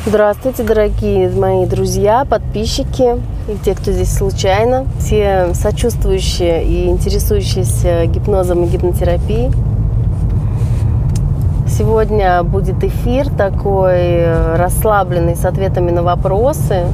Здравствуйте, дорогие мои друзья, подписчики и те, кто здесь случайно, все сочувствующие и интересующиеся гипнозом и гипнотерапией. Сегодня будет эфир такой расслабленный с ответами на вопросы.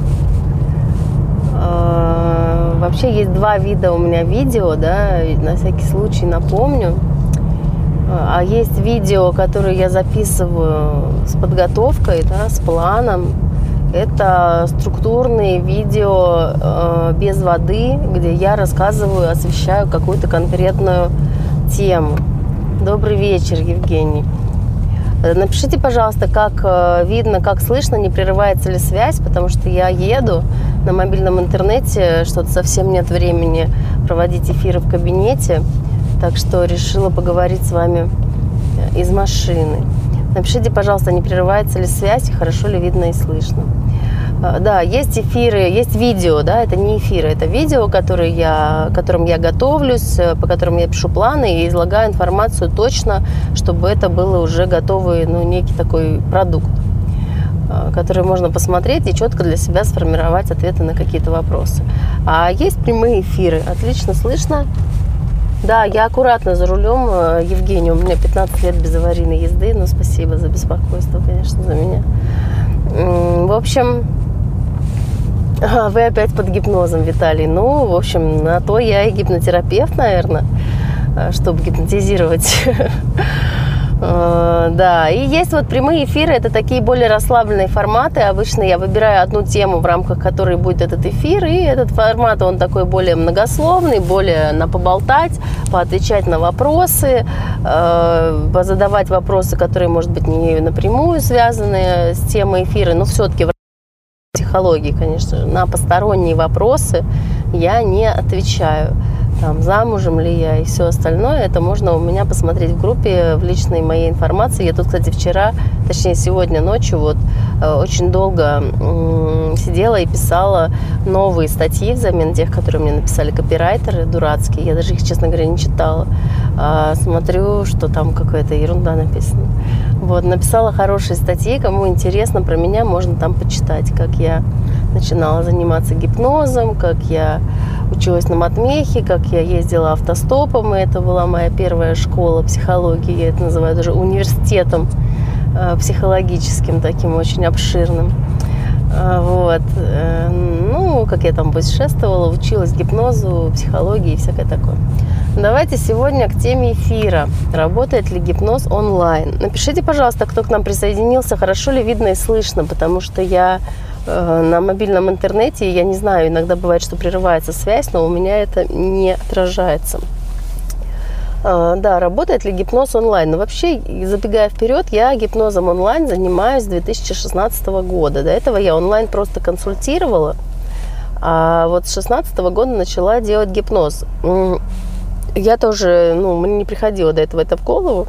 Вообще есть два вида у меня видео, да, на всякий случай напомню. А есть видео, которые я записываю с подготовкой, да, с планом. Это структурные видео без воды, где я рассказываю, освещаю какую-то конкретную тему. Добрый вечер, Евгений. Напишите, пожалуйста, как видно, как слышно, не прерывается ли связь, потому что я еду на мобильном интернете, что-то совсем нет времени проводить эфиры в кабинете. Так что решила поговорить с вами из машины. Напишите, пожалуйста, не прерывается ли связь и хорошо ли видно и слышно. Да, есть эфиры, есть видео, да, это не эфиры, это видео, к которым я готовлюсь, по которым я пишу планы и излагаю информацию точно, чтобы это было уже готовый, некий такой продукт, который можно посмотреть и четко для себя сформировать ответы на какие-то вопросы. А есть прямые эфиры, отлично слышно. Да, я аккуратно за рулем, Евгений, у меня 15 лет без аварийной езды, но спасибо за беспокойство, конечно, за меня. В общем, вы опять под гипнозом, Виталий. В общем, на то я и гипнотерапевт, наверное, чтобы гипнотизировать. Да, и есть вот прямые эфиры, это такие более расслабленные форматы. Обычно я выбираю одну тему, в рамках которой будет этот эфир, и этот формат, он такой более многословный, более на поболтать, поотвечать на вопросы, позадавать вопросы, которые, может быть, не напрямую связаны с темой эфира, но все-таки в психологии, конечно же, на посторонние вопросы я не отвечаю. Замужем ли я и все остальное, это можно у меня посмотреть в группе, в личной моей информации. Я тут, кстати, сегодня ночью очень долго сидела и писала новые статьи взамен тех, которые мне написали копирайтеры дурацкие. Я даже их, честно говоря, не читала. Смотрю, что там какая-то ерунда написана. Написала хорошие статьи, кому интересно про меня, можно там почитать, как я начинала заниматься гипнозом, как я училась на матмехе, как я ездила автостопом, и это была моя первая школа психологии, я это называю даже университетом психологическим, таким очень обширным. Как я там путешествовала, училась гипнозу, психологии и всякое такое. Давайте сегодня к теме эфира. Работает ли гипноз онлайн? Напишите, пожалуйста, кто к нам присоединился, хорошо ли видно и слышно, потому что я на мобильном интернете, я не знаю, иногда бывает, что прерывается связь, но у меня это не отражается. Да, работает ли гипноз онлайн? Вообще, забегая вперед, я гипнозом онлайн занимаюсь с 2016 года. До этого я онлайн просто консультировала, а с 2016 года начала делать гипноз. Я тоже, мне не приходило до этого это в голову,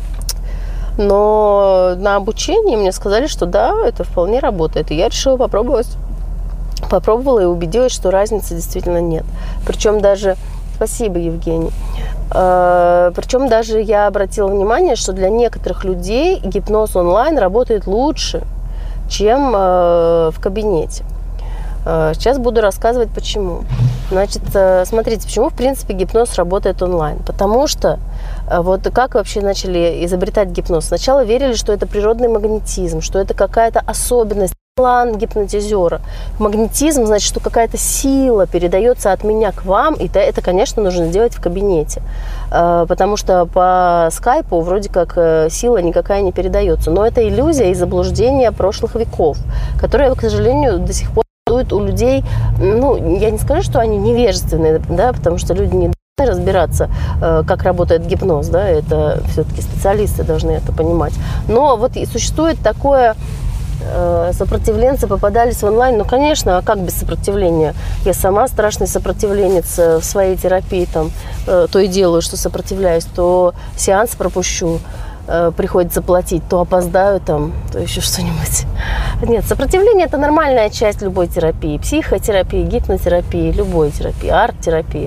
но на обучении мне сказали, что да, это вполне работает. И я решила попробовать. Попробовала и убедилась, что разницы действительно нет. Причем даже... Спасибо, Евгений. Причем даже я обратила внимание, что для некоторых людей гипноз онлайн работает лучше, чем в кабинете. Сейчас буду рассказывать, почему. Значит, смотрите, почему, в принципе, гипноз работает онлайн. Потому что как вообще начали изобретать гипноз? Сначала верили, что это природный магнетизм, что это какая-то особенность, план гипнотизера. Магнетизм, значит, что какая-то сила передается от меня к вам, и это, конечно, нужно делать в кабинете. Потому что по скайпу вроде как сила никакая не передается. Но это иллюзия и заблуждение прошлых веков, которые, к сожалению, до сих пор у людей, я не скажу, что они невежественные, да, потому что люди не должны разбираться, как работает гипноз, да, это все-таки специалисты должны это понимать. Но и существует такое, сопротивленцы попадались в онлайн, конечно, а как без сопротивления? Я сама страшный сопротивленец в своей терапии, то и делаю, что сопротивляюсь, то сеанс пропущу, приходится платить, то опоздаю, то еще что-нибудь. Нет, сопротивление – это нормальная часть любой терапии. Психотерапии, гипнотерапии, любой терапии, арт-терапии.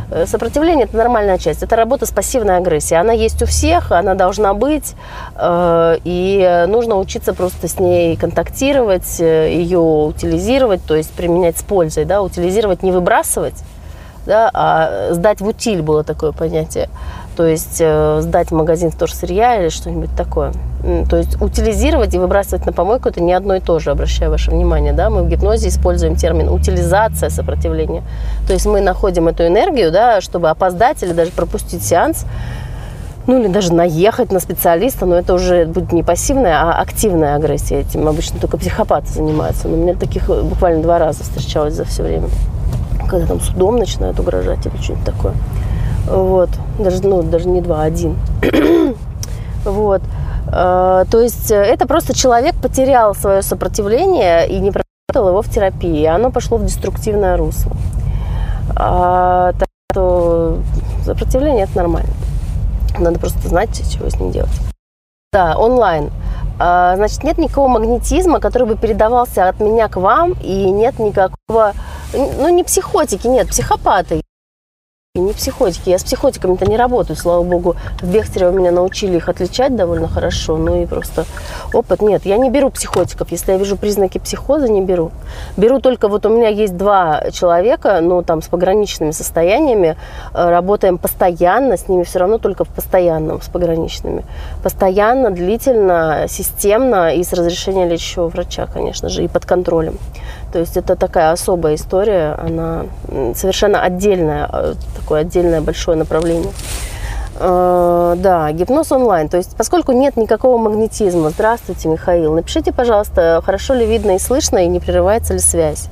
Сопротивление – это нормальная часть, это работа с пассивной агрессией. Она есть у всех, она должна быть, и нужно учиться просто с ней контактировать, ее утилизировать, то есть применять с пользой, да, утилизировать, не выбрасывать, да, а сдать в утиль было такое понятие. То есть сдать в магазин вторсырья или что-нибудь такое. То есть утилизировать и выбрасывать на помойку – это не одно и то же, обращаю ваше внимание. Да? Мы в гипнозе используем термин утилизация сопротивления. То есть мы находим эту энергию, да, чтобы опоздать или даже пропустить сеанс, ну или даже наехать на специалиста, но это уже будет не пассивная, а активная агрессия. Этим обычно только психопаты занимаются. Но у меня таких буквально 2 раза встречалось за все время. Когда там судом начинают угрожать или что-нибудь такое. Вот. Даже не 2, а 1. Вот. То есть это просто человек потерял свое сопротивление и не проработал его в терапии, и оно пошло в деструктивное русло. Так что сопротивление – это нормально. Надо просто знать, чего с ним делать. Да, онлайн. Значит, нет никакого магнетизма, который бы передавался от меня к вам, и нет никакого, ну, не психотики, нет, психопаты. Не психотики. Я с психотиками-то не работаю, слава богу. В Бехтерево меня научили их отличать довольно хорошо. Ну и просто опыт. Нет, я не беру психотиков. Если я вижу признаки психоза, не беру. Беру только, вот у меня есть 2 человека, ну там с пограничными состояниями. Работаем постоянно, с ними все равно только в постоянном, с пограничными. Постоянно, длительно, системно и с разрешения лечащего врача, конечно же, и под контролем. То есть это такая особая история, она совершенно отдельная, такое отдельное большое направление. Да, гипноз онлайн. То есть поскольку нет никакого магнетизма, здравствуйте, Михаил, напишите, пожалуйста, хорошо ли видно и слышно, и не прерывается ли связь.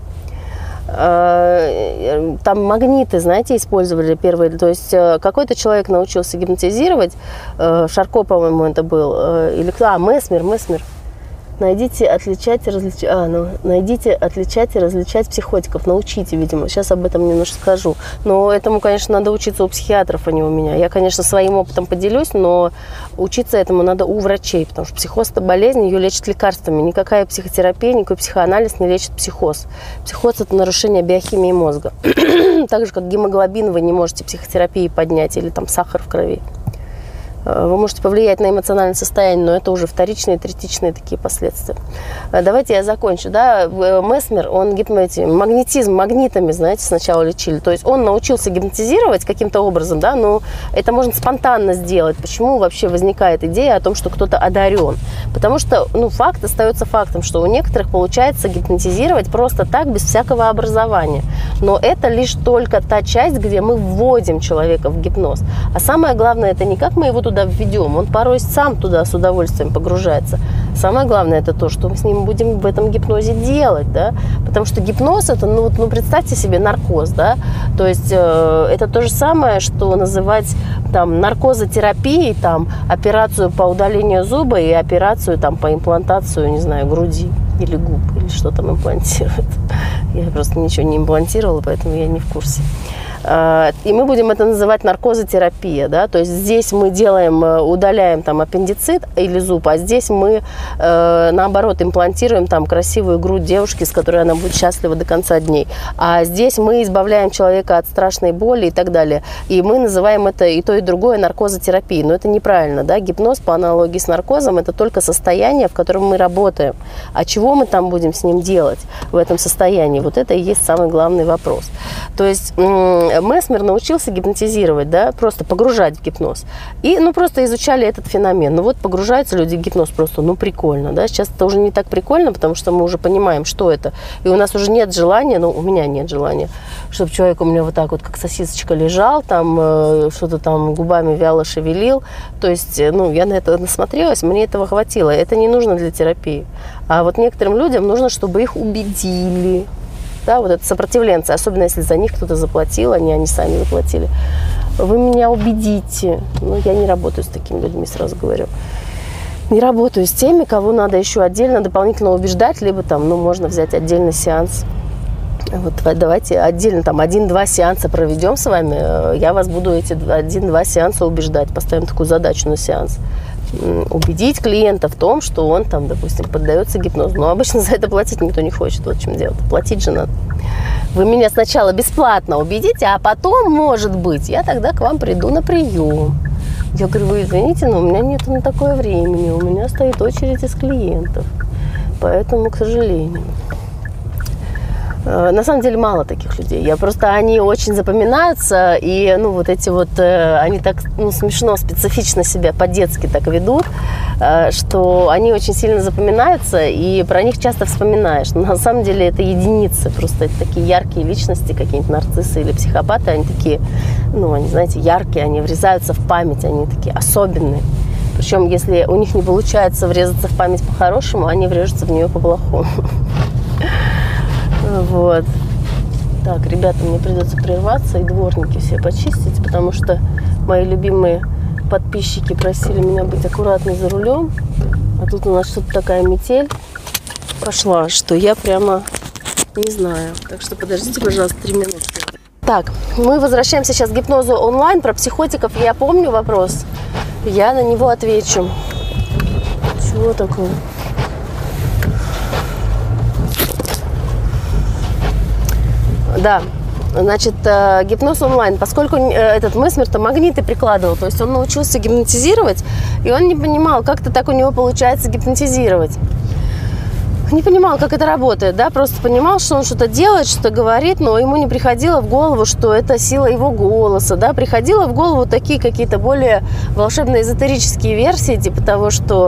Там магниты, знаете, использовали первые. То есть какой-то человек научился гипнотизировать, Шарко, по-моему, это был, или Месмер. Найдите, отличать и различать. Найдите, отличать и различать психотиков. Научите, видимо. Сейчас об этом немножко скажу. Но этому, конечно, надо учиться у психиатров, а не у меня. Я, конечно, своим опытом поделюсь, но учиться этому надо у врачей, потому что психоз – это болезнь, ее лечат лекарствами. Никакая психотерапия, никакой психоанализ не лечит психоз. Психоз – это нарушение биохимии мозга. Так же, как гемоглобин вы не можете психотерапией поднять или там сахар в крови. Вы можете повлиять на эмоциональное состояние, но это уже вторичные, третичные такие последствия. Давайте я закончу. Да? Месмер, он магнетизм, магнитами, знаете, сначала лечили. То есть он научился гипнотизировать каким-то образом, да, но это можно спонтанно сделать. Почему вообще возникает идея о том, что кто-то одарен? Потому что, факт остается фактом, что у некоторых получается гипнотизировать просто так, без всякого образования. Но это лишь только та часть, где мы вводим человека в гипноз. А самое главное, это не как мы его туда введем, он порой сам туда с удовольствием погружается. Самое главное, это то, что мы с ним будем в этом гипнозе делать, да, потому что гипноз это, представьте себе наркоз, да, то есть это то же самое, что называть там наркозотерапией, там операцию по удалению зуба и операцию там по имплантацию, не знаю, груди или губ, или что там имплантируют. Я просто ничего не имплантировала, поэтому я не в курсе. И мы будем это называть наркозотерапия, да, то есть здесь мы удаляем там аппендицит или зуб, а здесь мы, наоборот, имплантируем там красивую грудь девушки, с которой она будет счастлива до конца дней. А здесь мы избавляем человека от страшной боли и так далее. И мы называем это и то, и другое наркозотерапией. Но это неправильно, да, гипноз по аналогии с наркозом – это только состояние, в котором мы работаем. А чего мы там будем с ним делать в этом состоянии? Вот это и есть самый главный вопрос. То есть Месмер научился гипнотизировать, да, просто погружать в гипноз. И, просто изучали этот феномен. Вот погружаются люди в гипноз просто, прикольно, да. Сейчас это уже не так прикольно, потому что мы уже понимаем, что это. И у нас уже нет желания, у меня нет желания, чтобы человек у меня вот так вот, как сосисочка, лежал, там, что-то там губами вяло шевелил. То есть, я на это насмотрелась, мне этого хватило. Это не нужно для терапии. А вот некоторым людям нужно, чтобы их убедили. Да, вот это сопротивленцы, особенно если за них кто-то заплатил, они сами заплатили. Вы меня убедите. Я не работаю с такими людьми, сразу говорю. Не работаю с теми, кого надо еще отдельно, дополнительно убеждать, либо там, можно взять отдельный сеанс. Вот давайте отдельно там 1-2 сеанса проведем с вами. Я вас буду эти 1-2 сеанса убеждать. Поставим такую задачу на сеанс. Убедить клиента в том, что он там, допустим, поддается гипнозу. Но обычно за это платить никто не хочет. Вот в чем дело. Платить же надо. Вы меня сначала бесплатно убедите, а потом, может быть, я тогда к вам приду на прием. Я говорю, вы извините, но у меня нет на такое времени, у меня стоит очередь из клиентов, поэтому, к сожалению. На самом деле мало таких людей. Они очень запоминаются, и вот эти вот, они так смешно, специфично себя по-детски так ведут, что они очень сильно запоминаются, и про них часто вспоминаешь. Но на самом деле это единицы, просто это такие яркие личности, какие-нибудь нарциссы или психопаты, они такие, они, знаете, яркие, они врезаются в память, они такие особенные. Причем, если у них не получается врезаться в память по-хорошему, они врежутся в нее по-плохому. Вот. Так, ребята, мне придется прерваться и дворники все почистить, потому что мои любимые подписчики просили меня быть аккуратной за рулем. А тут у нас что-то такая метель пошла, что я прямо не знаю. Так что подождите, пожалуйста, 3 минутки. Так, мы возвращаемся сейчас к гипнозу онлайн. Про психотиков я помню вопрос. Я на него отвечу. Чего такое? Да, значит, гипноз онлайн, поскольку этот Месмер-то магниты прикладывал, то есть он научился гипнотизировать, и он не понимал, как-то так у него получается гипнотизировать. Не понимал, как это работает, да, просто понимал, что он что-то делает, что-то говорит, но ему не приходило в голову, что это сила его голоса, да, приходило в голову такие какие-то более волшебные эзотерические версии, типа того, что,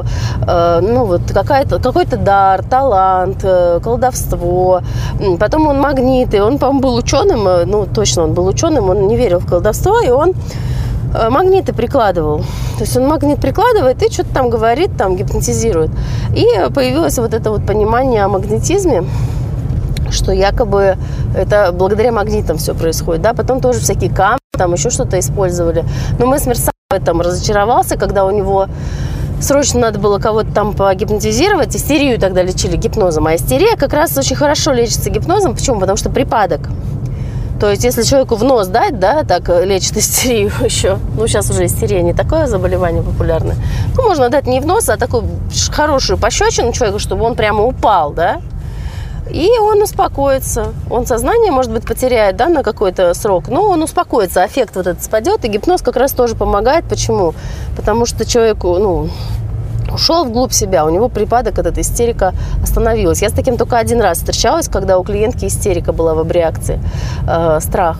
какой-то дар, талант, колдовство, потом он магниты, он, по-моему, был ученым, точно он был ученым, он не верил в колдовство, и он магниты прикладывал. То есть он магнит прикладывает и что-то там говорит, там гипнотизирует. И появилось вот это вот понимание о магнетизме, что якобы это благодаря магнитам все происходит. Да? Потом тоже всякие камни, там еще что-то использовали. Но Месмер сам в этом разочаровался, когда у него срочно надо было кого-то там погипнотизировать. Истерию тогда лечили гипнозом. А истерия как раз очень хорошо лечится гипнозом. Почему? Потому что припадок. То есть, если человеку в нос дать, да, так лечит истерию еще. Сейчас уже истерия не такое заболевание популярное. Можно дать не в нос, а такую хорошую пощечину человеку, чтобы он прямо упал, да. И он успокоится. Он сознание, может быть, потеряет, да, на какой-то срок, но он успокоится, эффект вот этот спадет. И гипноз как раз тоже помогает. Почему? Потому что человеку, ушел вглубь себя, у него припадок, эта истерика остановилась. Я с таким только один раз встречалась, когда у клиентки истерика была в абреакции, страх.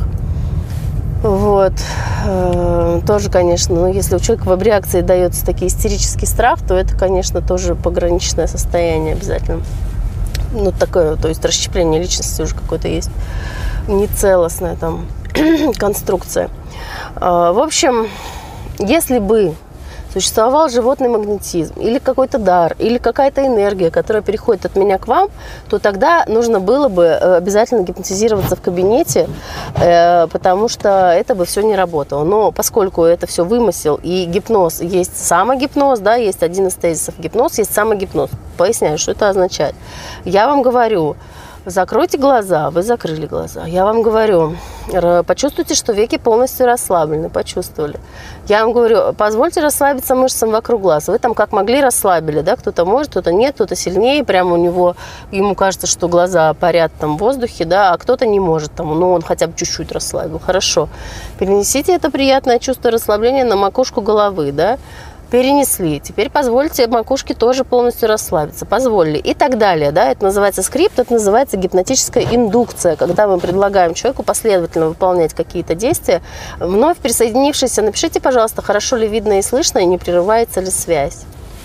Вот. Тоже, конечно, если у человека в абреакции дается такой истерический страх, то это, конечно, тоже пограничное состояние обязательно. Такое, то есть расщепление личности уже какое-то есть, нецелостная там конструкция. В общем, если бы существовал животный магнетизм, или какой-то дар, или какая-то энергия, которая переходит от меня к вам, то тогда нужно было бы обязательно гипнотизироваться в кабинете, потому что это бы все не работало. Но поскольку это все вымысел, и гипноз есть самогипноз, да, есть один из тезисов гипноз, есть самогипноз. Поясняю, что это означает. Я вам говорю, закройте глаза, вы закрыли глаза. Я вам говорю, почувствуйте, что веки полностью расслаблены, почувствовали. Я вам говорю, позвольте расслабиться мышцам вокруг глаз. Вы там как могли расслабили, да, кто-то может, кто-то нет, кто-то сильнее, прямо ему кажется, что глаза парят там в воздухе, да, а кто-то не может, там, он хотя бы чуть-чуть расслабил. Хорошо. Перенесите это приятное чувство расслабления на макушку головы, да. Перенесли. Теперь позвольте макушке тоже полностью расслабиться. Позволили. И так далее. Да? Это называется скрипт, это называется гипнотическая индукция, когда мы предлагаем человеку последовательно выполнять какие-то действия. Вновь присоединившиеся, напишите, пожалуйста, хорошо ли видно и слышно, и не прерывается ли связь.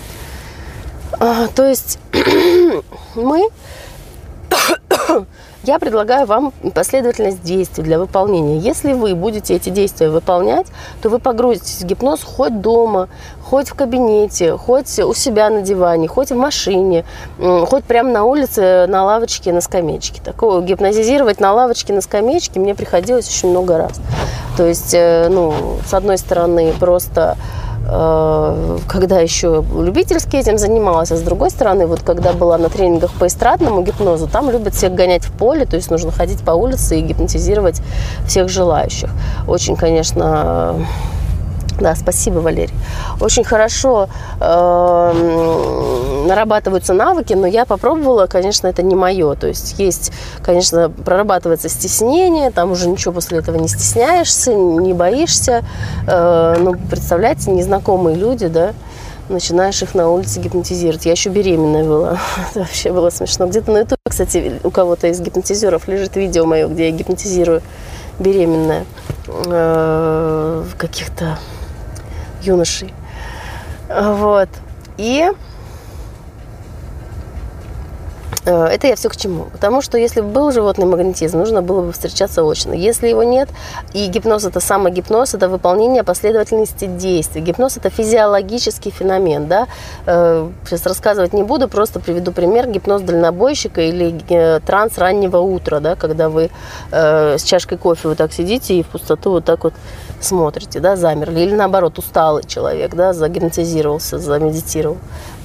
То есть я предлагаю вам последовательность действий для выполнения. Если вы будете эти действия выполнять, то вы погрузитесь в гипноз хоть дома, хоть в кабинете, хоть у себя на диване, хоть в машине, хоть прямо на улице, на лавочке, на скамеечке. Такого гипнотизировать на лавочке, на скамеечке мне приходилось очень много раз. То есть, с одной стороны, просто когда еще любительски этим занималась, а с другой стороны, вот когда была на тренингах по эстрадному гипнозу, там любят всех гонять в поле, то есть нужно ходить по улице и гипнотизировать всех желающих. Очень, конечно, Да, спасибо, Валерий. Очень хорошо нарабатываются навыки, но я попробовала, конечно, это не мое. То есть, конечно, прорабатывается стеснение, там уже ничего после этого не стесняешься, не боишься. Ну, представляете, незнакомые люди, да, начинаешь их на улице гипнотизировать. Я еще беременная была. Это вообще было смешно. Где-то на ютубе, кстати, у кого-то из гипнотизеров лежит видео мое, где я гипнотизирую беременная каких-то юношей. Вот. И это я все к чему? Потому что если бы был животный магнетизм, нужно было бы встречаться очно. Если его нет, и гипноз – это самогипноз, это выполнение последовательности действий. Гипноз – это физиологический феномен. Да? Сейчас рассказывать не буду, просто приведу пример. Гипноз дальнобойщика или транс раннего утра, да? Когда вы с чашкой кофе вот так сидите и в пустоту вот так вот смотрите, да, замерли. Или наоборот, усталый человек, да, загипнотизировался, замедитировал.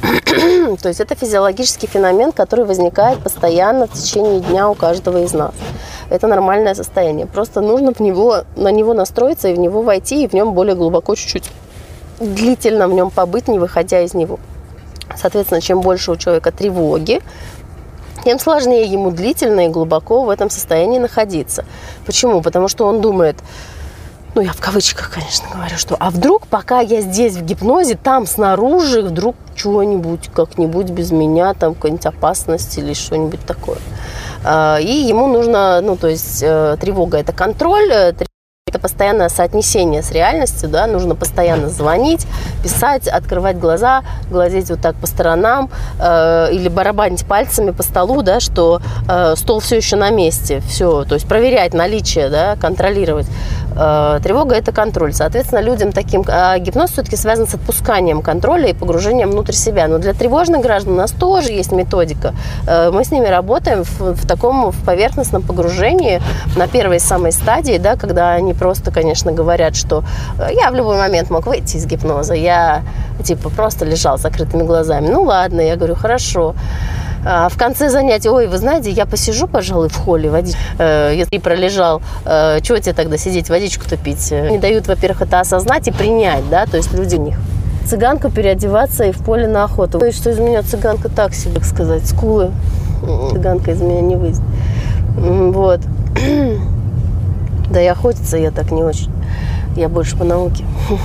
То есть это физиологический феномен, который возникает постоянно в течение дня у каждого из нас. Это нормальное состояние. Просто нужно на него настроиться и в него войти, и в нем более глубоко чуть-чуть длительно в нем побыть, не выходя из него. Соответственно, чем больше у человека тревоги, тем сложнее ему длительно и глубоко в этом состоянии находиться. Почему? Потому что он думает, ну, я в кавычках, конечно, говорю, что а вдруг, пока я здесь в гипнозе, там снаружи вдруг чего-нибудь, как-нибудь без меня, там какая-нибудь опасность или что-нибудь такое. И ему нужно, ну, то есть тревога – это контроль, это постоянное соотнесение с реальностью, да, нужно постоянно звонить, писать, открывать глаза, глазеть вот так по сторонам или барабанить пальцами по столу, да, что стол все еще на месте, все, то есть проверять наличие, да, контролировать. Тревога – это контроль. Соответственно, людям таким гипноз все-таки связан с отпусканием контроля и погружением внутрь себя. Но для тревожных граждан у нас тоже есть методика. Мы с ними работаем в таком поверхностном погружении на первой самой стадии, да, когда они просто, конечно, говорят, что я в любой момент мог выйти из гипноза. Я типа просто лежал с закрытыми глазами. Ну ладно, я говорю, хорошо. В конце занятия, ой, вы знаете, я посижу, пожалуй, в холле, если пролежал, чего тебе тогда сидеть, водичку-то пить? Не дают, во-первых, это осознать и принять, да, то есть люди у них. Цыганка переодеваться и в поле на охоту. То, что из меня цыганка так себе, так сказать, скулы. Цыганка из меня не выйдет. Вот. Да и охотиться я так не очень. Я больше по науке.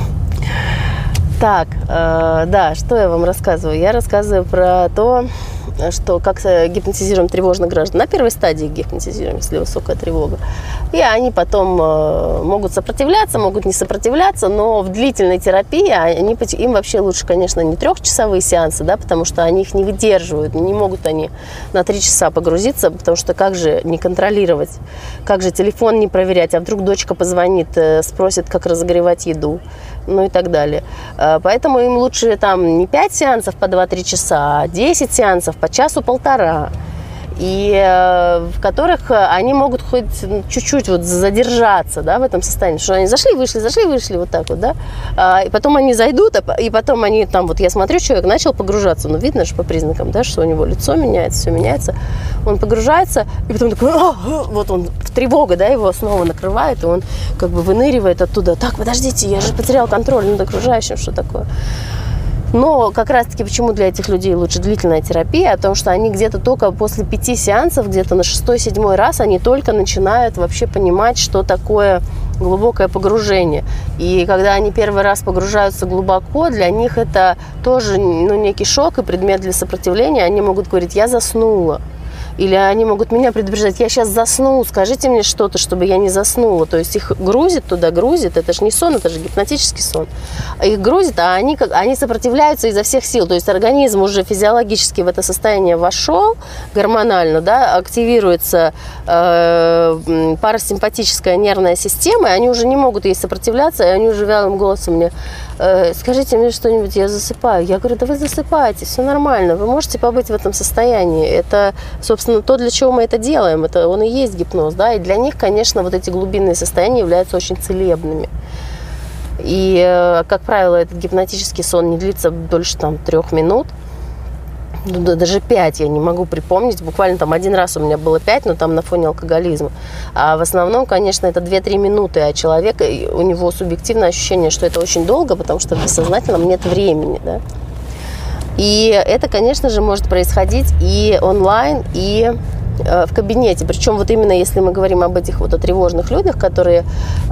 Так, да, что я вам рассказываю? Я рассказываю про то, что как гипнотизируем тревожных граждан. На первой стадии гипнотизируем, если высокая тревога. И они потом могут сопротивляться, могут не сопротивляться, но в длительной терапии им вообще лучше, конечно, не 3-часовые сеансы, да, потому что они их не выдерживают, не могут они на 3 часа погрузиться, потому что как же не контролировать, как же телефон не проверять, а вдруг дочка позвонит, спросит, как разогревать еду, ну и так далее. Поэтому им лучше там не 5 сеансов по 2-3 часа, а 10 сеансов по часу-полтора, и в которых они могут хоть чуть-чуть вот задержаться, да, в этом состоянии, что они зашли, вышли, вот так вот, да, и потом они зайдут, и потом они там, вот я смотрю, человек начал погружаться, ну, видно же по признакам, да, что у него лицо меняется, все меняется, он погружается, и потом такой, вот он в тревогу, да, его снова накрывает, и он как бы выныривает оттуда, так, подождите, я же потерял контроль над окружающим, что такое? Но как раз-таки почему для этих людей лучше длительная терапия? Потому что они где-то только после 5 сеансов, где-то на 6-7 раз, они только начинают вообще понимать, что такое глубокое погружение. И когда они первый раз погружаются глубоко, для них это тоже, ну, некий шок и предмет для сопротивления. Они могут говорить, я заснула. Или они могут меня предупреждать, я сейчас засну, скажите мне что-то, чтобы я не заснула. То есть их грузит туда, это же не сон, это же гипнотический сон. Их грузит, а они сопротивляются изо всех сил. То есть организм уже физиологически в это состояние вошел гормонально, да, активируется парасимпатическая нервная система, и они уже не могут ей сопротивляться, и они уже вялым голосом мне, скажите мне что-нибудь, я засыпаю. Я говорю, да вы засыпаете, все нормально, вы можете побыть в этом состоянии. Это, собственно, то, для чего мы это делаем, это он и есть гипноз, да, и для них, конечно, вот эти глубинные состояния являются очень целебными. И, как правило, этот гипнотический сон не длится дольше там 3 минут. даже 5 я не могу припомнить. Буквально там один раз у меня было 5, но там на фоне алкоголизма. А в основном, конечно, это 2-3 минуты, а человек, у него субъективное ощущение, что это очень долго, потому что в бессознательном нет времени, да. И это, конечно же, может происходить и онлайн, и в кабинете. Причем вот именно если мы говорим об этих вот о тревожных людях, которым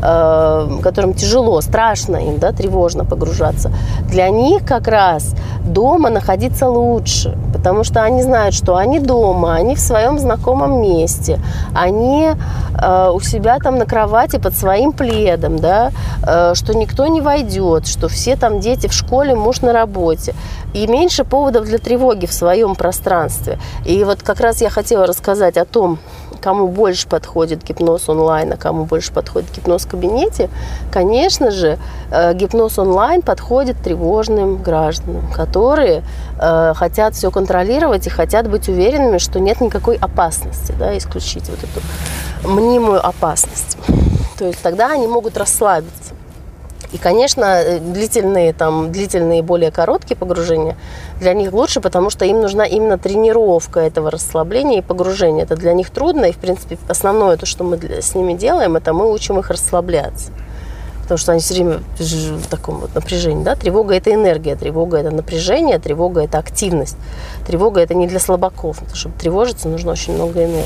тяжело, страшно им, да, тревожно погружаться, для них как раз дома находиться лучше, потому что они знают, что они дома, они в своем знакомом месте, они у себя там на кровати под своим пледом, да, что никто не войдет, что все там дети в школе, муж на работе. И меньше поводов для тревоги в своем пространстве. И вот как раз я хотела рассказать о том, кому больше подходит гипноз онлайн, а кому больше подходит гипноз в кабинете. Конечно же, гипноз онлайн подходит тревожным гражданам, которые хотят все контролировать и хотят быть уверенными, что нет никакой опасности, да, исключить вот эту мнимую опасность. То есть тогда они могут расслабиться. И, конечно, длительные, более короткие погружения для них лучше, потому что им нужна именно тренировка этого расслабления и погружения. Это для них трудно, и, в принципе, основное то, что мы с ними делаем, это мы учим их расслабляться. Потому что они все время в таком вот напряжении. Да? Тревога – это энергия, тревога – это напряжение, тревога – это активность. Тревога – это не для слабаков. Чтобы тревожиться, нужно очень много энергии.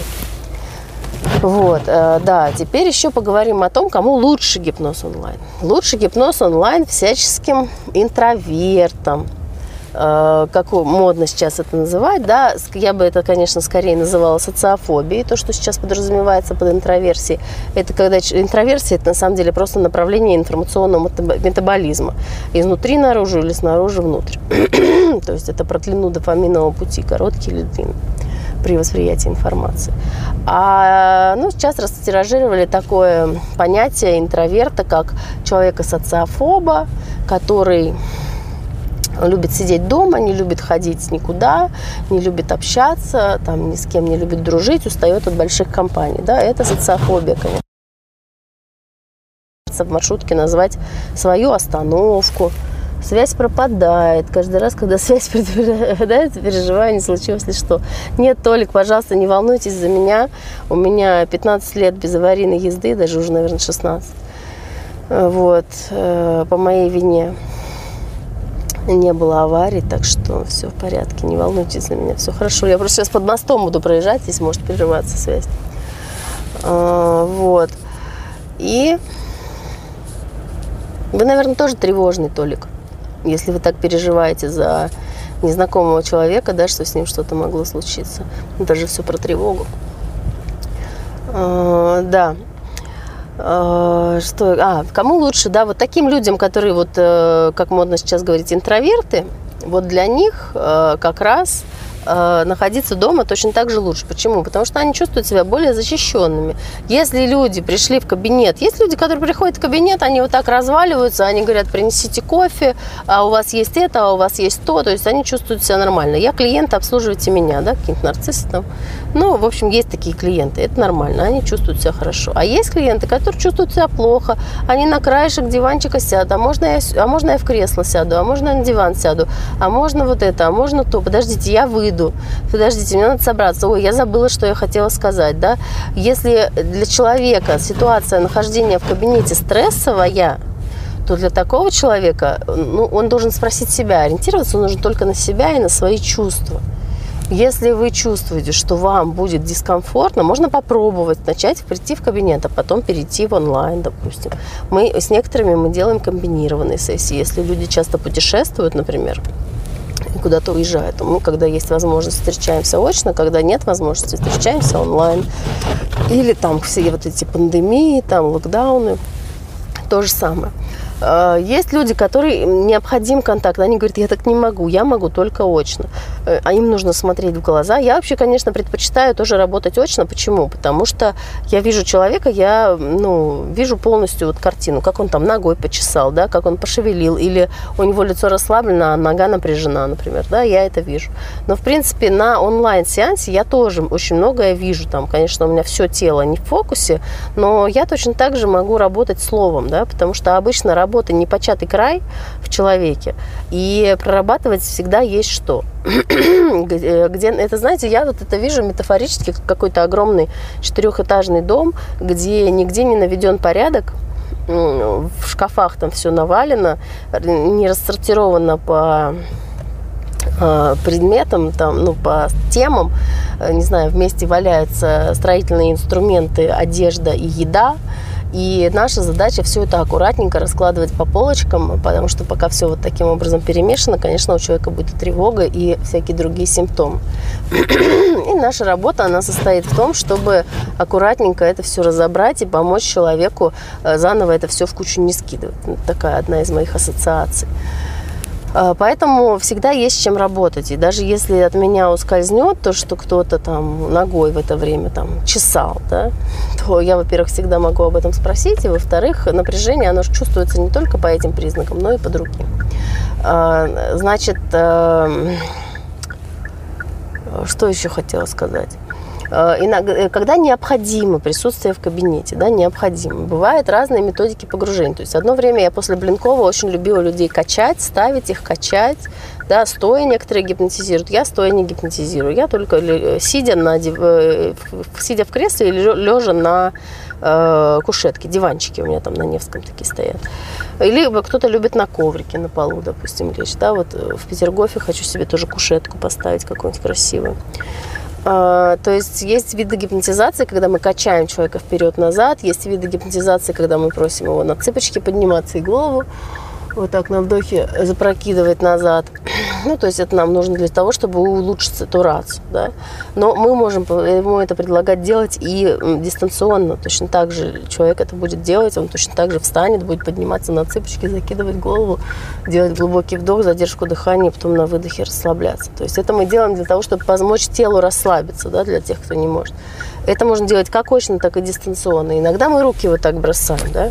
Вот, да, теперь еще поговорим о том, кому лучше гипноз онлайн. Лучше гипноз онлайн всяческим интровертам, как модно сейчас это называть, да, я бы это, конечно, скорее называла социофобией, то, что сейчас подразумевается под интроверсией. Это когда интроверсия, это на самом деле просто направление информационного метаболизма. Изнутри наружу или снаружи внутрь. То есть это про длину дофаминового пути, короткий или длинный, при восприятии информации. Сейчас растиражировали такое понятие интроверта, как человека-социофоба, который любит сидеть дома, не любит ходить никуда, не любит общаться, там, ни с кем не любит дружить, устает от больших компаний. Да? Это социофобия, конечно. В маршрутке назвать свою остановку. Связь пропадает. Каждый раз, когда связь пропадает, переживаю, не случилось ли что. Нет, Толик, пожалуйста, не волнуйтесь за меня. У меня 15 лет без аварийной езды, даже уже, наверное, 16. Вот. По моей вине не было аварий, так что все в порядке, не волнуйтесь за меня, все хорошо. Я просто сейчас под мостом буду проезжать, здесь может прерываться связь. Вот. И вы, наверное, тоже тревожный, Толик. Если вы так переживаете за незнакомого человека, да, что с ним что-то могло случиться. Это же все про тревогу. Да. Кому лучше, да, вот таким людям, которые, вот, как модно сейчас говорить, интроверты, вот для них как раз находиться дома точно так же лучше. Почему? Потому что они чувствуют себя более защищенными. Если люди пришли в кабинет, есть люди, которые приходят в кабинет, они вот так разваливаются, они говорят, принесите кофе, а у вас есть это, а у вас есть то, то есть они чувствуют себя нормально. Я клиент, обслуживайте меня, да, какие-то нарциссы там. Ну, в общем, есть такие клиенты, это нормально, они чувствуют себя хорошо. А есть клиенты, которые чувствуют себя плохо, они на краешек диванчика сядут, а можно я в кресло сяду, а можно я на диван сяду, а можно вот это, а можно то, подождите, я выйду. Подождите, мне надо собраться. Ой, я забыла, что я хотела сказать, да? Если для человека ситуация нахождения в кабинете стрессовая, то для такого человека, он должен спросить себя, ориентироваться нужно только на себя и на свои чувства. Если вы чувствуете, что вам будет дискомфортно, можно попробовать начать прийти в кабинет, а потом перейти в онлайн, допустим. С некоторыми мы делаем комбинированные сессии. Если люди часто путешествуют, например, куда-то уезжают. Мы, когда есть возможность, встречаемся очно, когда нет возможности, встречаемся онлайн. Или там все вот эти пандемии, там локдауны. То же самое. Есть люди, которым необходим контакт. Они говорят, я так не могу, я могу только очно. А им нужно смотреть в глаза. Я вообще, конечно, предпочитаю тоже работать очно. Почему? Потому что я вижу человека, я вижу полностью вот картину, как он там ногой почесал, да, как он пошевелил, или у него лицо расслаблено, а нога напряжена, например. Да, я это вижу. Но, в принципе, на онлайн-сеансе я тоже очень многое вижу. Там, конечно, у меня все тело не в фокусе, но я точно так же могу работать словом, да, потому что обычно работа работы непочатый край в человеке, и прорабатывать всегда есть что. Где, это, знаете, я вот это вижу метафорически, как какой-то огромный 4-этажный дом, где нигде не наведен порядок, в шкафах там все навалено, не рассортировано по предметам, там, ну, по темам, не знаю, вместе валяются строительные инструменты, одежда и еда. И наша задача все это аккуратненько раскладывать по полочкам, потому что пока все вот таким образом перемешано, конечно, у человека будет и тревога, и всякие другие симптомы. И наша работа, она состоит в том, чтобы аккуратненько это все разобрать и помочь человеку заново это все в кучу не скидывать. Такая одна из моих ассоциаций. Поэтому всегда есть с чем работать. И даже если от меня ускользнет то, что кто-то там ногой в это время там чесал, да, то я, во-первых, всегда могу об этом спросить, и, во-вторых, напряжение, оно же чувствуется не только по этим признакам, но и по другим. Значит, что еще хотела сказать? Когда необходимо присутствие в кабинете, да, необходимо. Бывают разные методики погружения. То есть одно время я после Блинкова очень любила людей качать, ставить их, качать. Да, стоя некоторые гипнотизируют. Я стоя не гипнотизирую. Я только сидя в кресле или лежа на кушетке, диванчики у меня там на Невском такие стоят. Или кто-то любит на коврике, на полу, допустим, лечь. Да, вот в Петергофе хочу себе тоже кушетку поставить какую-нибудь красивую. То есть есть виды гипнотизации, когда мы качаем человека вперед-назад, есть виды гипнотизации, когда мы просим его на цыпочки подниматься и голову вот так на вдохе запрокидывать назад. Ну, то есть это нам нужно для того, чтобы улучшить сатурацию, да. Но мы можем ему это предлагать делать и дистанционно. Точно так же человек это будет делать, он точно так же встанет, будет подниматься на цыпочки, закидывать голову, делать глубокий вдох, задержку дыхания, потом на выдохе расслабляться. То есть это мы делаем для того, чтобы помочь телу расслабиться, да, для тех, кто не может. Это можно делать как очно, так и дистанционно. Иногда мы руки вот так бросаем, да.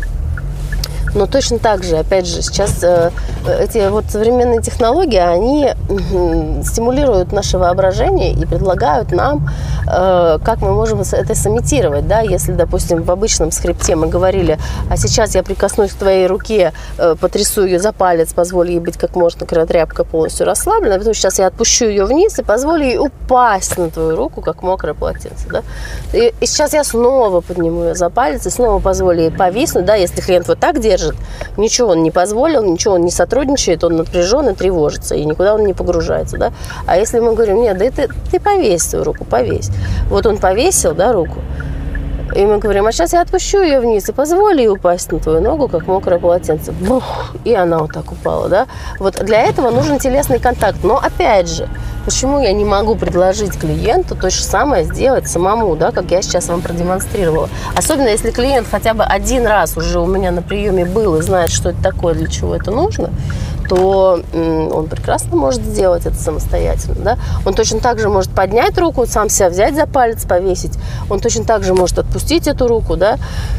Но точно так же, опять же, сейчас эти вот современные технологии, они стимулируют наше воображение и предлагают нам, как мы можем это сымитировать. Да? Если, допустим, в обычном скрипте мы говорили, а сейчас я прикоснусь к твоей руке, потрясу ее за палец, позволю ей быть как можно, когда тряпка полностью расслаблена, потому что сейчас я отпущу ее вниз и позволю ей упасть на твою руку, как мокрое полотенце. Да? И сейчас я снова подниму ее за палец и снова позволю ей повиснуть. Да? Если клиент вот так держит, ничего он не позволил, ничего он не сотрудничает, он напряжен и тревожится, и никуда он не погружается, да. А если мы говорим, нет, да ты повесь свою руку, повесь. Вот он повесил, да, руку, и мы говорим, а сейчас я отпущу ее вниз и позволю ей упасть на твою ногу, как мокрое полотенце. Бух, и она вот так упала, да. Вот для этого нужен телесный контакт. Но опять же, почему я не могу предложить клиенту то же самое сделать самому, да, как я сейчас вам продемонстрировала. Особенно если клиент хотя бы один раз уже у меня на приеме был и знает, что это такое, для чего это нужно, то он прекрасно может сделать это самостоятельно. Да? Он точно так же может поднять руку, сам себя взять за палец, повесить. Он точно так же может отпустить эту руку, да.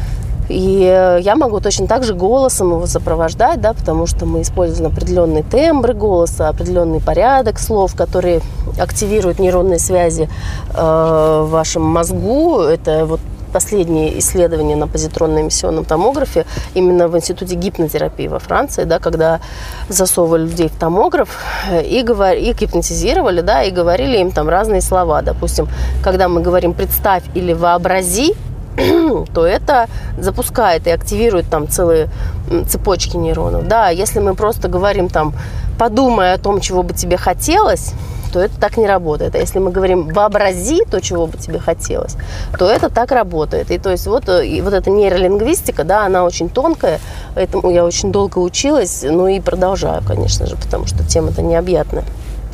И я могу точно так же голосом его сопровождать, да, потому что мы используем определенные тембры голоса, определенный порядок слов, которые активируют нейронные связи в вашем мозгу. Это вот последние исследования на позитронно-эмиссионном томографе именно в институте гипнотерапии во Франции, да, когда засовывали людей в томограф и гипнотизировали, да, и говорили им там разные слова. Допустим, когда мы говорим «представь» или «вообрази», то это запускает и активирует там целые цепочки нейронов. Да, если мы просто говорим там «подумай о том, чего бы тебе хотелось», то это так не работает. А если мы говорим «вообрази то, чего бы тебе хотелось», то это так работает. И то есть вот эта нейролингвистика, да, она очень тонкая, этому я очень долго училась, ну и продолжаю, конечно же, потому что тема-то необъятная.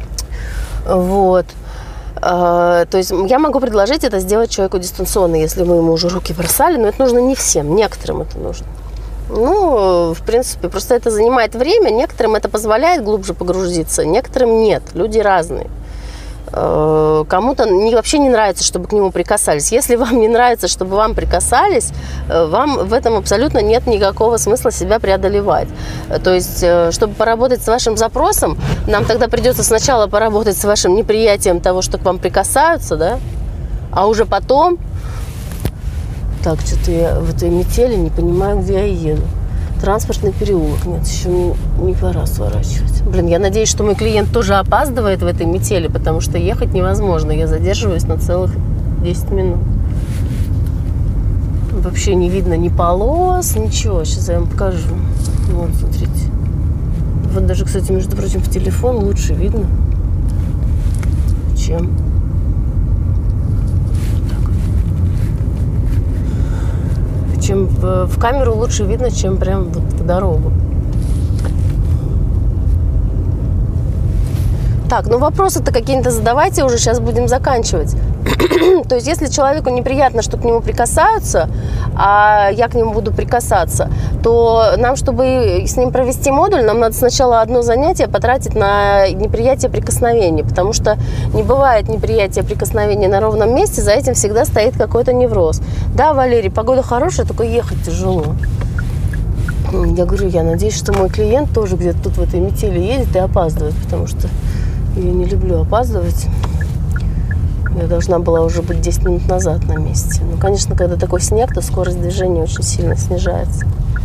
Вот. То есть я могу предложить это сделать человеку дистанционно, если мы ему уже руки бросали, но это нужно не всем, некоторым это нужно. Ну, в принципе, просто это занимает время, некоторым это позволяет глубже погрузиться, некоторым нет, люди разные. Кому-то вообще не нравится, чтобы к нему прикасались. Если вам не нравится, чтобы вам прикасались, вам в этом абсолютно нет никакого смысла себя преодолевать. То есть, чтобы поработать с вашим запросом, нам тогда придется сначала поработать с вашим неприятием того, что к вам прикасаются, да, а уже потом... Так, что-то я в этой метели не понимаю, где я еду. Транспортный переулок. Нет, еще не пора сворачивать. Блин, я надеюсь, что мой клиент тоже опаздывает в этой метели, потому что ехать невозможно. Я задерживаюсь на целых 10 минут. Вообще не видно ни полос, ничего. Сейчас я вам покажу. Вот, смотрите. Вот даже, кстати, между прочим, в телефон лучше видно, чем... Чем в камеру лучше видно, чем прям вот по дорогу. Так, ну вопросы-то какие-то задавайте уже, сейчас будем заканчивать. То есть, если человеку неприятно, что к нему прикасаются, а я к нему буду прикасаться, то нам, чтобы с ним провести модуль, нам надо сначала одно занятие потратить на неприятие прикосновений, потому что не бывает неприятия прикосновений на ровном месте, за этим всегда стоит какой-то невроз. Да, Валерий, погода хорошая, только ехать тяжело. Я говорю, я надеюсь, что мой клиент тоже где-то тут в этой метели едет и опаздывает, потому что я не люблю опаздывать. Я должна была уже быть 10 минут назад на месте. Ну, конечно, когда такой снег, то скорость движения очень сильно снижается.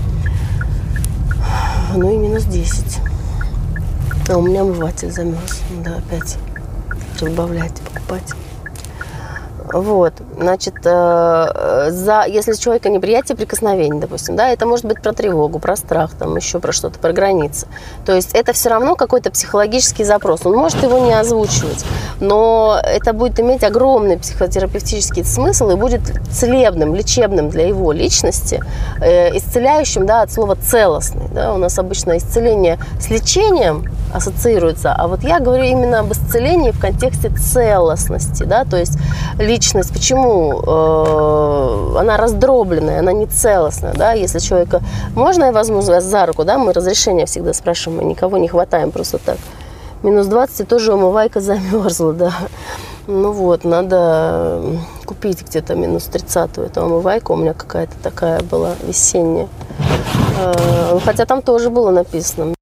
Ну и минус 10. А у меня омыватель замерз. Надо опять разбавлять, покупать. Вот, значит, если у человека неприятие прикосновений, допустим, да, это может быть про тревогу, про страх, там еще про что-то, про границы. То есть это все равно какой-то психологический запрос. Он может его не озвучивать, но это будет иметь огромный психотерапевтический смысл и будет целебным, лечебным для его личности, исцеляющим, да, от слова целостный. Да. У нас обычно исцеление с лечением ассоциируется, а вот я говорю именно об исцелении в контексте целостности, да, то есть личность, почему она раздробленная, она не целостная, да, если человека можно я возьму вас за руку, да, мы разрешение всегда спрашиваем, мы никого не хватаем просто так. Минус 20 и тоже омывайка замерзла, да. Ну вот, надо купить где-то минус 30-ю эту омывайку, у меня какая-то такая была весенняя, хотя там тоже было написано.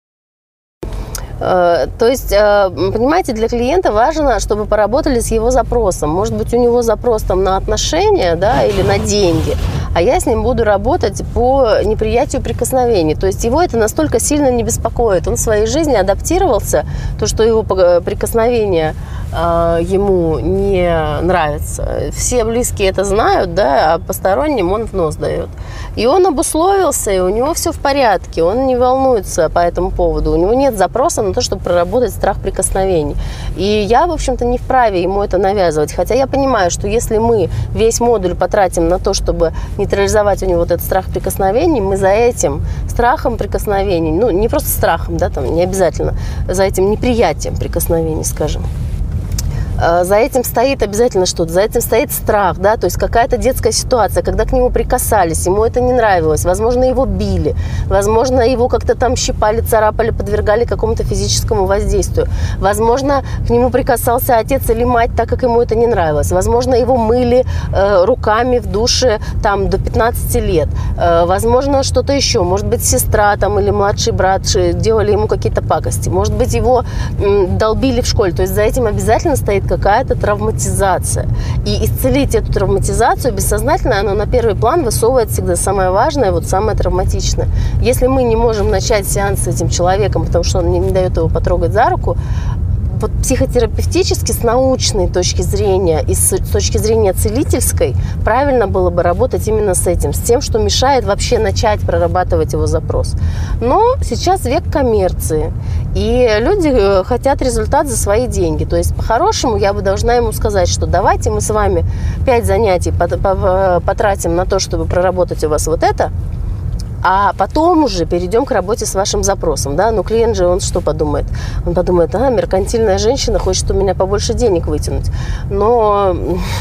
То есть, понимаете, для клиента важно, чтобы поработали с его запросом. Может быть, у него запрос там на отношения, да, или на деньги, а я с ним буду работать по неприятию прикосновений. То есть его это настолько сильно не беспокоит. Он в своей жизни адаптировался, то, что его прикосновения ему не нравятся. Все близкие это знают, да, а посторонним он в нос дает. И он обусловился, и у него все в порядке, он не волнуется по этому поводу, у него нет запроса на то, чтобы проработать страх прикосновений. И я, в общем-то, не вправе ему это навязывать, хотя я понимаю, что если мы весь модуль потратим на то, чтобы нейтрализовать у него вот этот страх прикосновений, мы за этим страхом прикосновений, ну, не просто страхом, да, там, не обязательно, за этим неприятием прикосновений, скажем, за этим стоит обязательно что-то, за этим стоит страх, да, то есть какая-то детская ситуация, когда к нему прикасались, ему это не нравилось, возможно, его били, возможно, его как-то там щипали, царапали, подвергали какому-то физическому воздействию, возможно, к нему прикасался отец или мать, так как ему это не нравилось, возможно, его мыли руками в душе там до 15 лет, возможно, что-то еще, может быть, сестра там или младший брат делали ему какие-то пакости, может быть, его долбили в школе, то есть за этим обязательно стоит какая-то травматизация. И исцелить эту травматизацию бессознательно, она на первый план высовывает всегда самое важное, вот самое травматичное. Если мы не можем начать сеанс с этим человеком, потому что он не дает его потрогать за руку, вот психотерапевтически, с научной точки зрения и с точки зрения целительской, правильно было бы работать именно с этим, с тем, что мешает вообще начать прорабатывать его запрос. Но сейчас век коммерции, и люди хотят результат за свои деньги. То есть, по-хорошему, я бы должна ему сказать, что давайте мы с вами 5 занятий потратим на то, чтобы проработать у вас вот это, а потом уже перейдем к работе с вашим запросом, да, но клиент же, он что подумает? Он подумает, меркантильная женщина хочет у меня побольше денег вытянуть, но,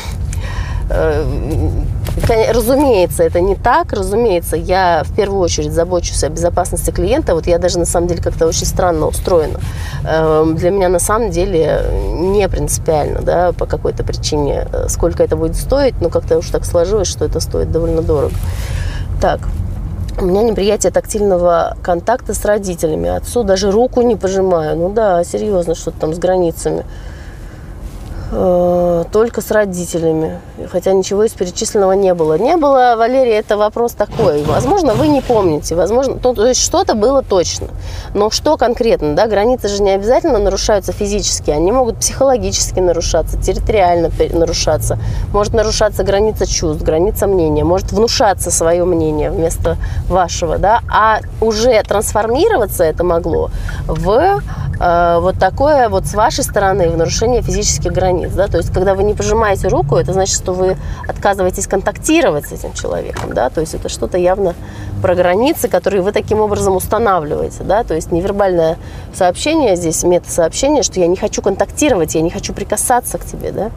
разумеется, это не так, разумеется, я в первую очередь забочусь о безопасности клиента, вот я даже на самом деле как-то очень странно устроена, для меня на самом деле не принципиально, да, по какой-то причине, сколько это будет стоить, но как-то уж так сложилось, что это стоит довольно дорого. Так. У меня неприятие тактильного контакта с родителями. Отцу даже руку не пожимаю. Ну да, серьезно, что-то там с границами. только с родителями. Хотя ничего из перечисленного не было. Не было, Валерия, это вопрос такой. Возможно, вы не помните. Возможно, то есть что-то было точно. Но что конкретно? Да? Границы же не обязательно нарушаются физически. Они могут психологически нарушаться, территориально нарушаться. Может нарушаться граница чувств, граница мнения. Может внушаться свое мнение вместо вашего. Да? А уже трансформироваться это могло в вот такое вот с вашей стороны в нарушение физических границ. Да? То есть, когда вы не пожимаете руку, это значит, что вы отказываетесь контактировать с этим человеком. Да? То есть, это что-то явно про границы, которые вы таким образом устанавливаете. Да? То есть, невербальное сообщение здесь, метасообщение, что я не хочу контактировать, я не хочу прикасаться к тебе. Да?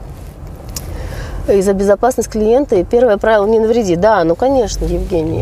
И за безопасность клиента. И первое правило – не навреди. Да, ну, конечно, Евгений,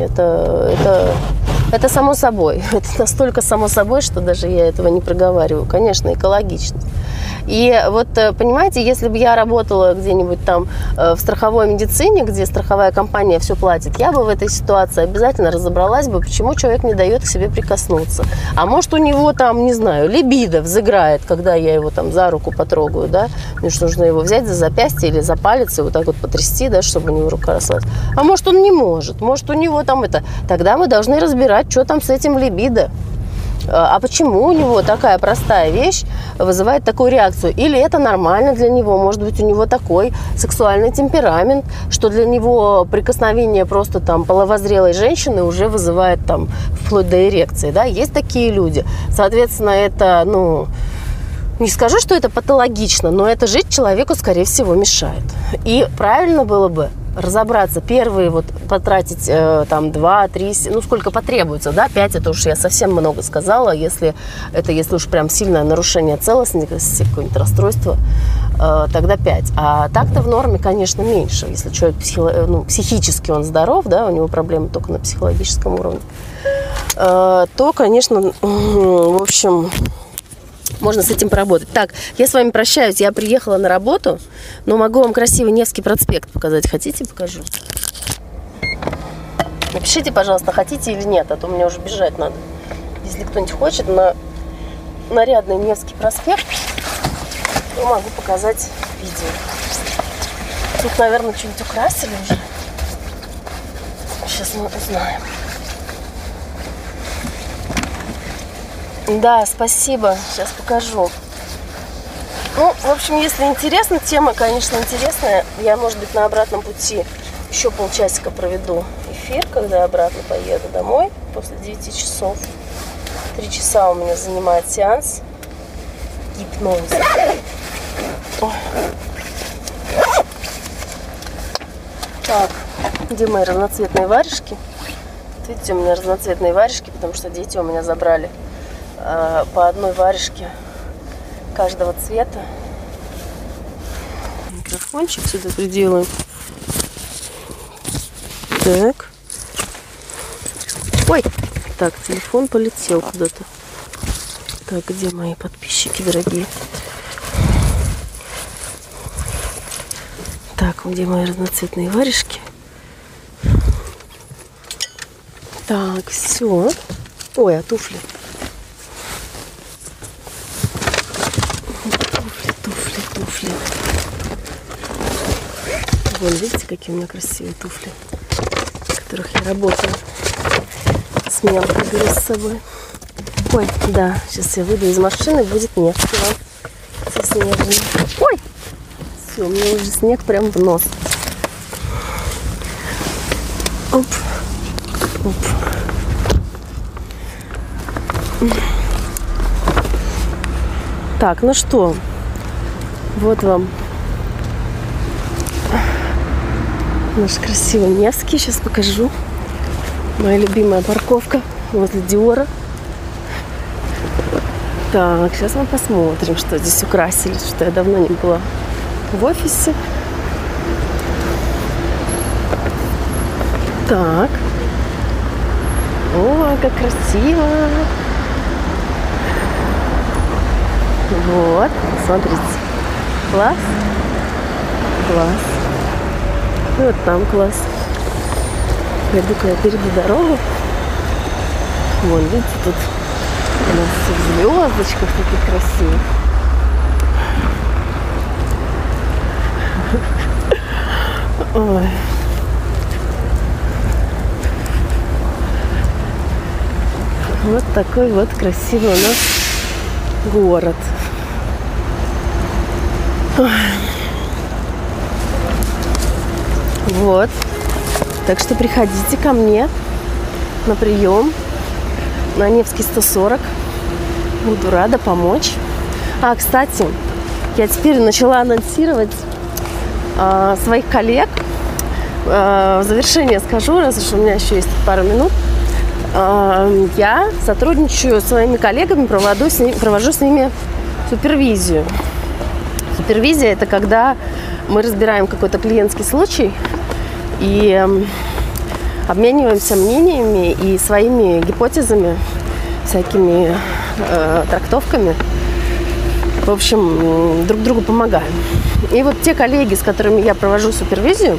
это само собой. Это настолько само собой, что даже я этого не проговариваю. Конечно, экологичность. И вот, понимаете, если бы я работала где-нибудь там в страховой медицине, где страховая компания все платит, я бы в этой ситуации обязательно разобралась бы, почему человек не дает к себе прикоснуться. А может, у него там, не знаю, либидо взыграет, когда я его там за руку потрогаю, да? Мне что, нужно его взять за запястье или за палец и вот так вот потрясти, да, чтобы у него рука расслабилась. А может, он не может, может, у него там это... Тогда мы должны разбирать, что там с этим либидо. А почему у него такая простая вещь вызывает такую реакцию? Или это нормально для него? Может быть, у него такой сексуальный темперамент, что для него прикосновение просто там половозрелой женщины уже вызывает там вплоть до эрекции. Да? Есть такие люди. Соответственно, это, ну... Не скажу, что это патологично, но это жить человеку, скорее всего, мешает. И правильно было бы разобраться, первые вот потратить там 2-3, ну сколько потребуется, да, 5, это уж я совсем много сказала, если уж прям сильное нарушение целостности, какое-нибудь расстройство, тогда 5. А так-то в норме, конечно, меньше, если человек психически он здоров, да, у него проблемы только на психологическом уровне, то, конечно, в общем... Можно с этим поработать. Так, я с вами прощаюсь. Я приехала на работу, но могу вам красивый Невский проспект показать. Хотите, покажу? Напишите, пожалуйста, хотите или нет, а то мне уже бежать надо. Если кто-нибудь хочет на нарядный Невский проспект, то могу показать видео. Тут, наверное, что-нибудь украсили уже. Сейчас мы узнаем. Да, спасибо. Сейчас покажу. Ну, в общем, если интересно, тема, конечно, интересная. Я, может быть, на обратном пути еще полчасика проведу эфир, когда обратно поеду домой после 9 часов. 3 часа у меня занимает сеанс гипноза. Так, где мои разноцветные варежки? Видите, у меня разноцветные варежки, потому что дети у меня забрали по одной варежке каждого цвета. Микрофончик сюда приделаем. Так. Ой! Так, телефон полетел куда-то. Так, где мои подписчики дорогие? Так, где мои разноцветные варежки? Так, все. Ой, а туфли? Туфли. Вон, видите, какие у меня красивые туфли, в которых я работаю. С мелкой беру с собой. Ой, да, сейчас я выйду из машины, будет Невский вам заснеженный. Ой! Все, у меня уже снег прям в нос. Оп. Оп. Так, ну что, вот вам наш красивый Невский. Сейчас покажу. Моя любимая парковка возле Диора. Так, сейчас мы посмотрим, что здесь украсили, что я давно не была в офисе. Так. О, как красиво. Вот, смотрите. Класс. Класс. И вот там класс. Пойду-ка я перейду дорогу. Вон, видите, тут у нас все в звездочках таких красивых. Ой. Вот такой вот красивый у нас город. Ой. Вот. Так что приходите ко мне на прием на Невский 140. Буду рада помочь. А, кстати, я теперь начала анонсировать своих коллег. В завершение скажу, раз уж у меня еще есть пару минут. Я сотрудничаю с своими коллегами, провожу с ними супервизию. Супервизия – это когда мы разбираем какой-то клиентский случай и обмениваемся мнениями и своими гипотезами, всякими трактовками. В общем, друг другу помогаем. И вот те коллеги, с которыми я провожу супервизию,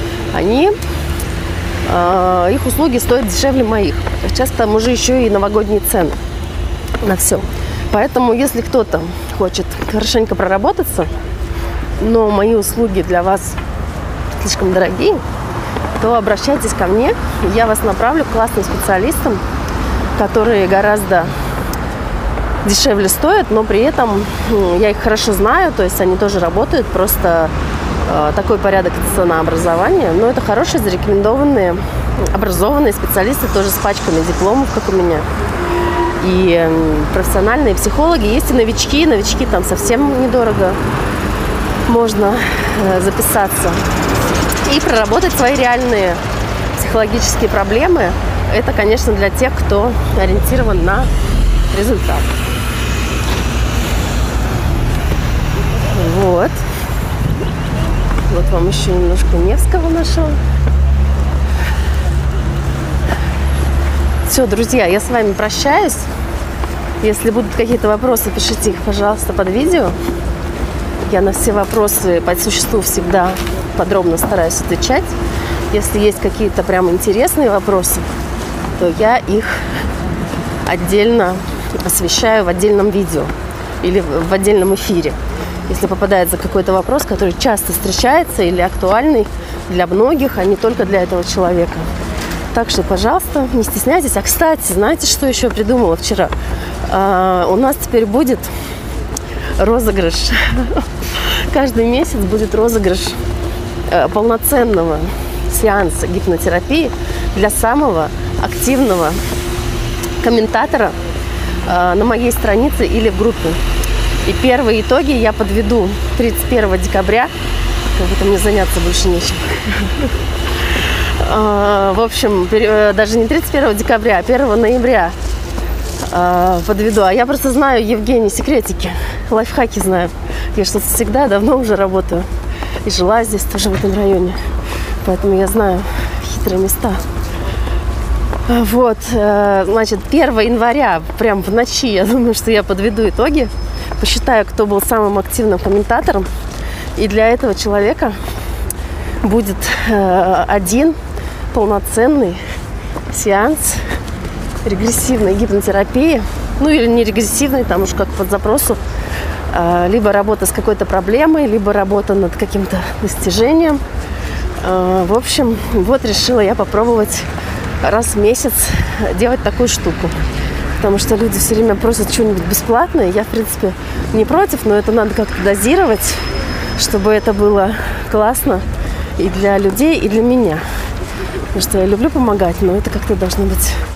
их услуги стоят дешевле моих. Сейчас там уже еще и новогодние цены на все. Поэтому, если кто-то хочет хорошенько проработаться, но мои услуги для вас слишком дорогие, то обращайтесь ко мне, и я вас направлю к классным специалистам, которые гораздо дешевле стоят, но при этом я их хорошо знаю, то есть они тоже работают, просто такой порядок ценообразования. Но это хорошие, зарекомендованные, образованные специалисты, тоже с пачками дипломов, как у меня. И профессиональные психологи. Есть и новички. Новички там совсем недорого. Можно записаться и проработать свои реальные психологические проблемы. Это, конечно, для тех, кто ориентирован на результат. Вот. Вот вам еще немножко Невского нашел. Все, друзья, я с вами прощаюсь. Если будут какие-то вопросы, пишите их, пожалуйста, под видео. Я на все вопросы по существу всегда подробно стараюсь отвечать. Если есть какие-то прям интересные вопросы, то я их отдельно освещаю в отдельном видео или в отдельном эфире. Если попадается какой-то вопрос, который часто встречается или актуальный для многих, а не только для этого человека. Так что, пожалуйста, не стесняйтесь. А, кстати, знаете, что еще придумала вчера? У нас теперь будет розыгрыш. Каждый месяц будет розыгрыш полноценного сеанса гипнотерапии для самого активного комментатора на моей странице или в группе. И первые итоги я подведу 31 декабря. Как будто мне заняться больше нечем. В общем, даже не 31 декабря, а 1 ноября подведу. А я просто знаю, Евгений, секретики, лайфхаки знаю. Я что-то всегда давно уже работаю. И жила здесь тоже, в этом районе. Поэтому я знаю хитрые места. Вот, значит, 1 января, прям в ночи, я думаю, что я подведу итоги. Посчитаю, кто был самым активным комментатором. И для этого человека будет один полноценный сеанс регрессивной гипнотерапии. Ну или не регрессивной, там уж как под запросу. Либо работа с какой-то проблемой, либо работа над каким-то достижением. В общем, вот решила я попробовать раз в месяц делать такую штуку. Потому что люди все время просят что-нибудь бесплатное. Я, в принципе, не против, но это надо как-то дозировать, чтобы это было классно и для людей, и для меня. Потому что я люблю помогать, но это как-то должно быть